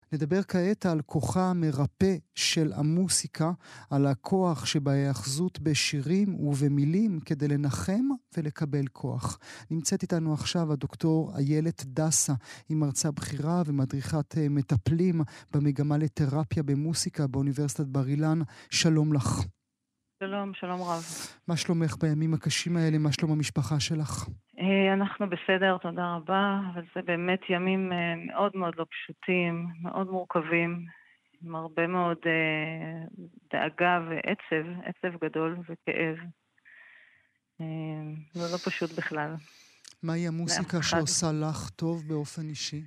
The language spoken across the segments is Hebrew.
נדבר כעת על כוחה המרפא של המוסיקה, על הכוח שבהיאחזות בשירים ובמילים כדי לנחם ולקבל כוח. נמצאת איתנו עכשיו הדוקטור איילת דסה, היא מרצה בכירה ומדריכת מטפלים במגמה לתרפיה במוסיקה באוניברסיטת בר אילן. שלום לך. שלום, שלום רב. מה שלומך בימים הקשים האלה? מה שלום המשפחה שלך? אנחנו בסדר, תודה רבה, אבל זה באמת ימים מאוד מאוד לא פשוטים, מאוד מורכבים, עם הרבה מאוד דאגה ועצב, עצב גדול וכאב. זה לא פשוט בכלל. מהי המוסיקה שעושה לך טוב באופן אישי?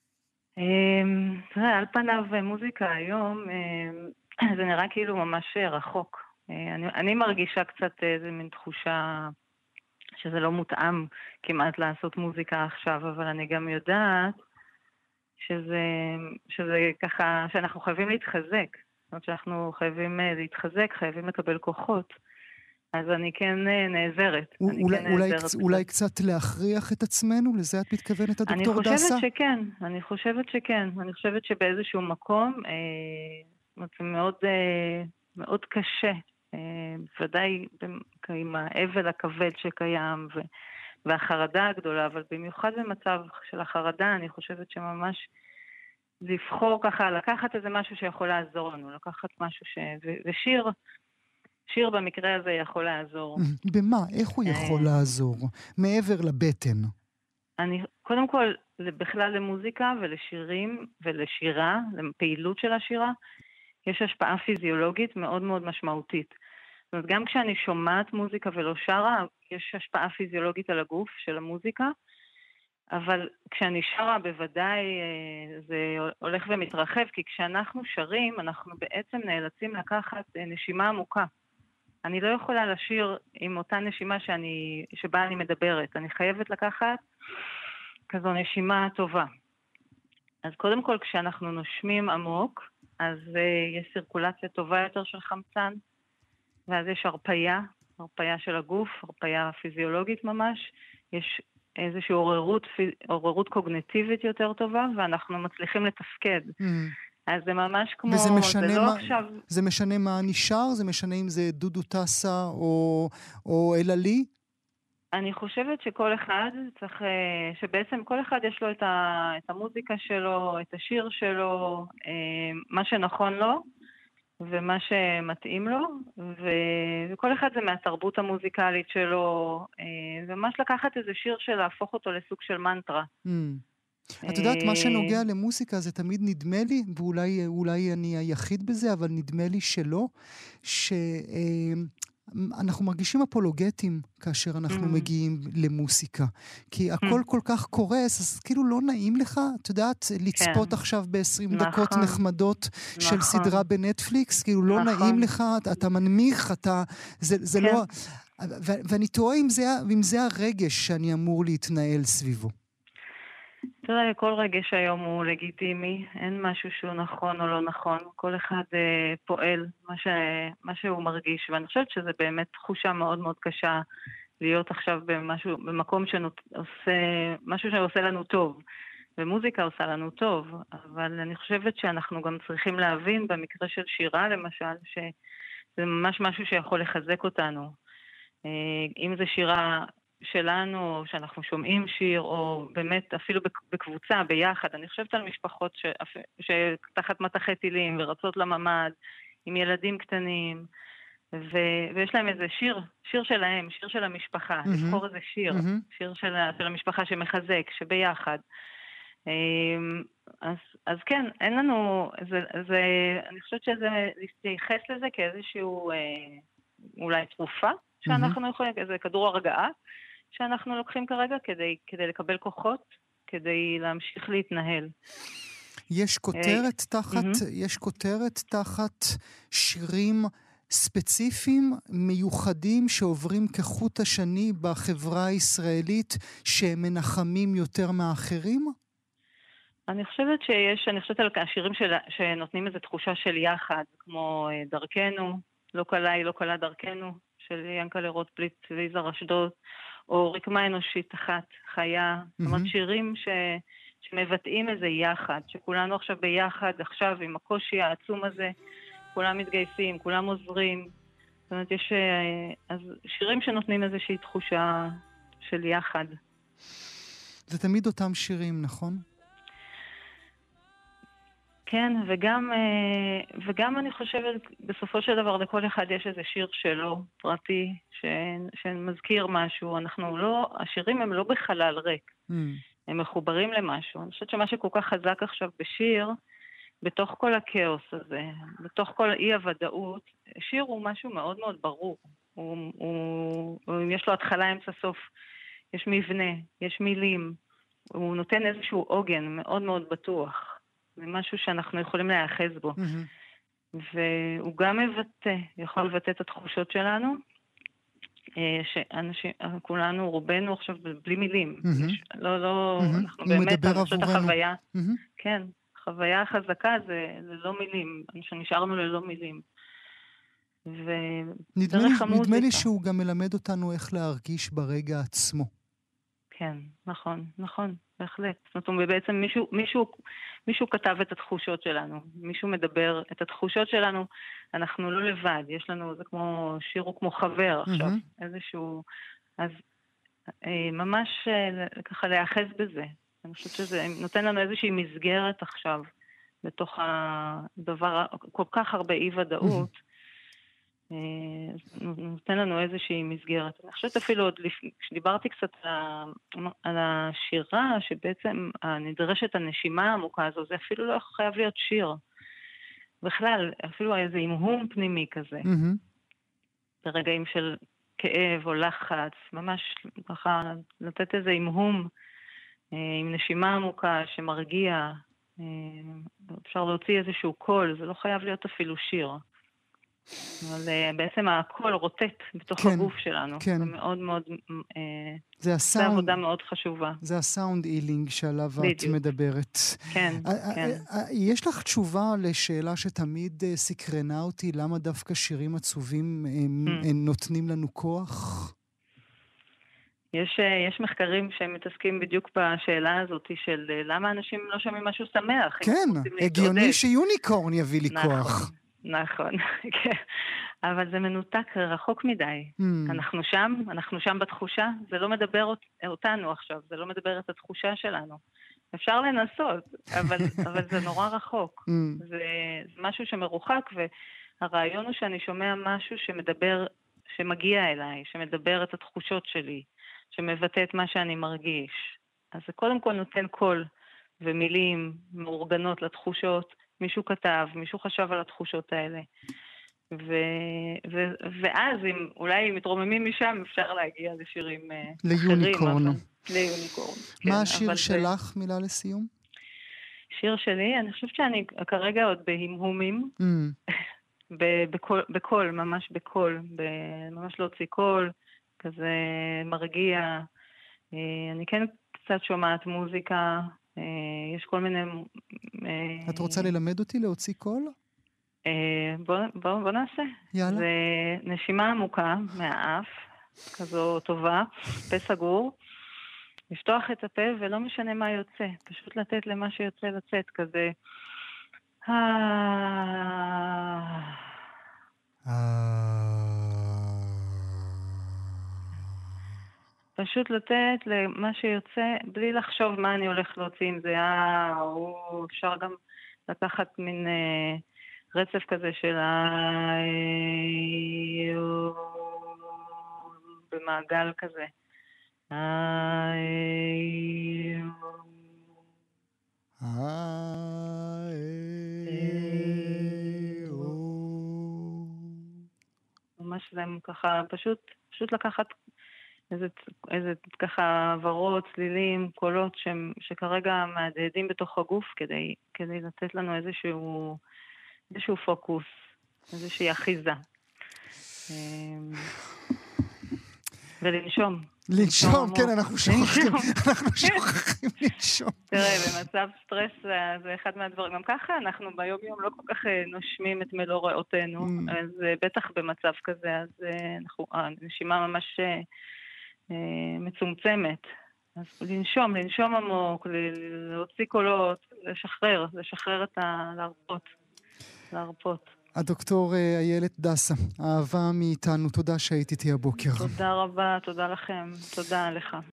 תראה, על פניו מוזיקה היום, זה נראה כאילו ממש רחוק. אני מרגישה קצת איזה מין תחושה שזה לא כמעט לעשות מוזיקה עכשיו, אבל אני גם יודעת שזה ככה, שאנחנו חייבים להתחזק. זאת אומרת שאנחנו חייבים להתחזק, חייבים לקבל כוחות. אז אני כן נעזרת. אולי קצת להכריח את עצמנו? לזה את מתכוונת, הדוקטור דסה? אני חושבת שכן. אני חושבת שבאיזשהו מקום, זה מאוד, מאוד קשה. ודאי עם האבל הכבד שקיים והחרדה הגדולה, אבל במיוחד במצב של החרדה, אני חושבת שממש לבחור ככה, לקחת איזה משהו שיכול לעזור לנו, לקחת משהו ושיר במקרה הזה יכול לעזור. במה? איך הוא יכול לעזור? מעבר לבטן. קודם כל, בכלל למוזיקה ולשירים ולשירה, לפעילות של השירה, יש השפעה פיזיולוגית מאוד מאוד משמעותית. זאת אומרת, גם כשאני שומעת מוזיקה ולא שרה, יש השפעה פיזיולוגית על הגוף של המוזיקה, אבל כשאני שרה בוודאי זה הולך ומתרחב, כי כשאנחנו שרים, אנחנו בעצם נאלצים לקחת נשימה עמוקה. אני לא יכולה לשיר עם אותה נשימה שבה אני מדברת. אני חייבת לקחת כזו נשימה טובה. אז קודם כל, כשאנחנו נושמים עמוק, אז יש סירקולציה טובה יותר של חמצן, ואז יש הרפיה של הגוף, הרפיה פיזיולוגית ממש, יש איזושהי עוררות קוגניטיבית יותר טובה, ואנחנו מצליחים לתפקד. אז זה ממש כמו, זה לא עכשיו... זה משנה מה נשאר? זה משנה אם זה דודו טסה או אלעלי? אני חושבת שכל אחד צריך, שבעצם כל אחד יש לו את המוזיקה שלו, את השיר שלו, מה שנכון לו, ומה שמתאים לו, וכל אחד זה מהתרבות המוזיקלית שלו, וממש לקחת איזה שיר של להפוך אותו לסוג של מנטרה. את יודעת, מה שנוגע למוסיקה זה תמיד נדמה לי, ואולי אני היחיד בזה, אבל נדמה לי שלא, אנחנו מרגישים אפולוגטים כאשר אנחנו מגיעים למוסיקה. כי הכל כל כך קורס, אז כאילו לא נעים לך, את יודעת, לצפות עכשיו ב-20 דקות נחמדות של סדרה בנטפליקס, כאילו לא נעים לך, אתה מנמיך, זה לא... ואני תוהה אם זה הרגש שאני אמור להתנהל סביבו. תראה, כל רגש היום הוא לגיטימי, אין משהו שהוא נכון או לא נכון, כל אחד פועל מה שהוא מרגיש, ואני חושבת שזה באמת תחושה מאוד מאוד קשה להיות עכשיו במקום משהו שעושה לנו טוב, ומוזיקה עושה לנו טוב, אבל אני חושבת שאנחנו גם צריכים להבין במקרה של שירה למשל, שזה ממש משהו שיכול לחזק אותנו, אם זה שירה שלנו, שאנחנו שומעים שיר, או באמת אפילו בקבוצה, ביחד. אני חושבת על משפחות שתחת מטחי טילים ורצות לממד, עם ילדים קטנים, ויש להם איזה שיר שלהם, שיר של המשפחה, לבחור איזה שיר של המשפחה שמחזק, שביחד. אז כן, אין לנו, אני חושבת שזה, להתייחס לזה כאיזשהו, אולי תרופה, שאנחנו יכולים, איזה כדור הרגעה, שאנחנו לוקחים כרגע כדי לקבל כוחות, כדי להמשיך להתנהל. יש כותרת תחת שירים ספציפיים, מיוחדים, שעוברים כחוט השני בחברה הישראלית, שמנחמים יותר מאחרים? אני חושבת על השירים שנותנים איזו תחושה של יחד, כמו דרכנו, לא קלה היא לא קלה דרכנו, של ינקלה שמבטאים איזה יחד, שכולנו עכשיו ביחד, עכשיו עם הקושי העצום הזה, כולם מתגייסים, כולם עוזרים. זאת אומרת, יש אז שירים שנותנים איזושהי תחושה של יחד. זה תמיד אותם שירים, נכון? כן, וגם אני חושבת, בסופו של דבר לכל אחד יש איזה שיר שלו, פרטי, שמזכיר משהו. השירים הם לא בחלל ריק, הם מחוברים למשהו. אני חושבת שמה שכל כך חזק עכשיו בשיר, בתוך כל הכאוס הזה, בתוך כל אי-הוודאות, שיר הוא משהו מאוד מאוד ברור. יש לו התחלה, אמצע, סוף, יש מבנה, יש מילים, הוא נותן איזשהו עוגן מאוד מאוד בטוח. זה משהו שאנחנו יכולים להיאחז בו. והוא גם יכול לבטא את התחושות שלנו, שאנשים, כולנו, רובנו עכשיו בלי מילים. אנחנו באמת, אני חושבת החוויה, כן, חוויה חזקה זה ללא מילים, שנשארנו ללא מילים. נדמה לי שהוא גם מלמד אותנו איך להרגיש ברגע עצמו. כן, נכון, בהחלט. זאת אומרת, בעצם מישהו כתב את התחושות שלנו, מישהו מדבר את התחושות שלנו, אנחנו לא לבד, יש לנו, זה כמו שיר הוא כמו חבר עכשיו, איזשהו, אז ממש ככה להיאחז בזה. אני חושבת שזה נותן לנו איזושהי מסגרת עכשיו, בתוך הדבר, כל כך הרבה אי-ודאות, נותן לנו איזושהי מסגרת. אני חושבת אפילו עוד כשדיברתי קצת על השירה, שבעצם נדרשת הנשימה העמוקה הזו, זה אפילו לא חייב להיות שיר. בכלל, אפילו איזה אימהום פנימי כזה. ברגעים של כאב או לחץ, ממש ככה לתת איזה אימהום עם נשימה עמוקה שמרגיע. אפשר להוציא איזשהו קול, זה לא חייב להיות אפילו שיר. אבל בעצם הקול רוטט בתוך הגוף שלנו. זה מאוד מאוד, זה עבודה מאוד חשובה. זה הסאונד אילינג שעליו את מדברת. כן. יש לך תשובה לשאלה שתמיד סקרנה אותי, למה דווקא שירים עצובים נותנים לנו כוח? יש מחקרים שמתעסקים בדיוק בשאלה הזאת של למה אנשים לא שומעים משהו שמח. כן, הגיוני שיוניקורן יביא לי כוח. נכון, כן. אבל זה מנותק רחוק מדי. אנחנו שם בתחושה, זה לא מדבר אותנו עכשיו, זה לא מדבר את התחושה שלנו. אפשר לנסות, אבל זה נורא רחוק. זה משהו שמרוחק, והרעיון הוא שאני שומע משהו שמגיע אליי, שמדבר את התחושות שלי, שמבטא את מה שאני מרגיש. אז זה קודם כל נותן קול ומילים מאורגנות לתחושות, מישהו כתב, מישהו חשב על התחושות האלה. ואז אולי מתרוממים משם, אפשר להגיע לשירים ליוניקורן. ליוניקורן. מה השיר שלך, מילה לסיום? שיר שלי, אני חושבת שאני כרגע עוד בהמהומים, בקול, ממש בקול, ממש להוציא קול, כזה מרגיע. אני כן קצת שומעת מוזיקה, יש כל מיני... את רוצה ללמד אותי להוציא קול? בוא נעשה. יאללה. זה נשימה עמוקה מהאף, כזו טובה, פה סגור. לפתוח את הפה ולא משנה מה יוצא, פשוט לתת למה שיוצא לצאת, כזה... פשוט לתת למה שיוצא, בלי לחשוב מה אני הולך להוציא עם זה, אפשר גם לקחת מין רצף כזה של במעגל כזה. ממש זה ככה, פשוט לקחת איזה ככה עברות, צלילים, קולות שכרגע מהדהדים בתוך הגוף כדי לתת לנו איזשהו פוקוס, איזושהי אחיזה. ולנשום. לנשום, כן, אנחנו שוכחים לנשום. תראה, במצב סטרס זה אחד מהדברים. גם ככה אנחנו ביום יום לא כל כך נושמים את מלוא ריאותינו, אז בטח במצב כזה, אז הנשימה ממש מצומצמת. אז לנשום עמוק, להוציא קולות, לשחרר להרפות. הדוקטור איילת דסה, אהבה מאיתנו, תודה שהיית איתי הבוקר. תודה רבה, תודה לכם, תודה לך.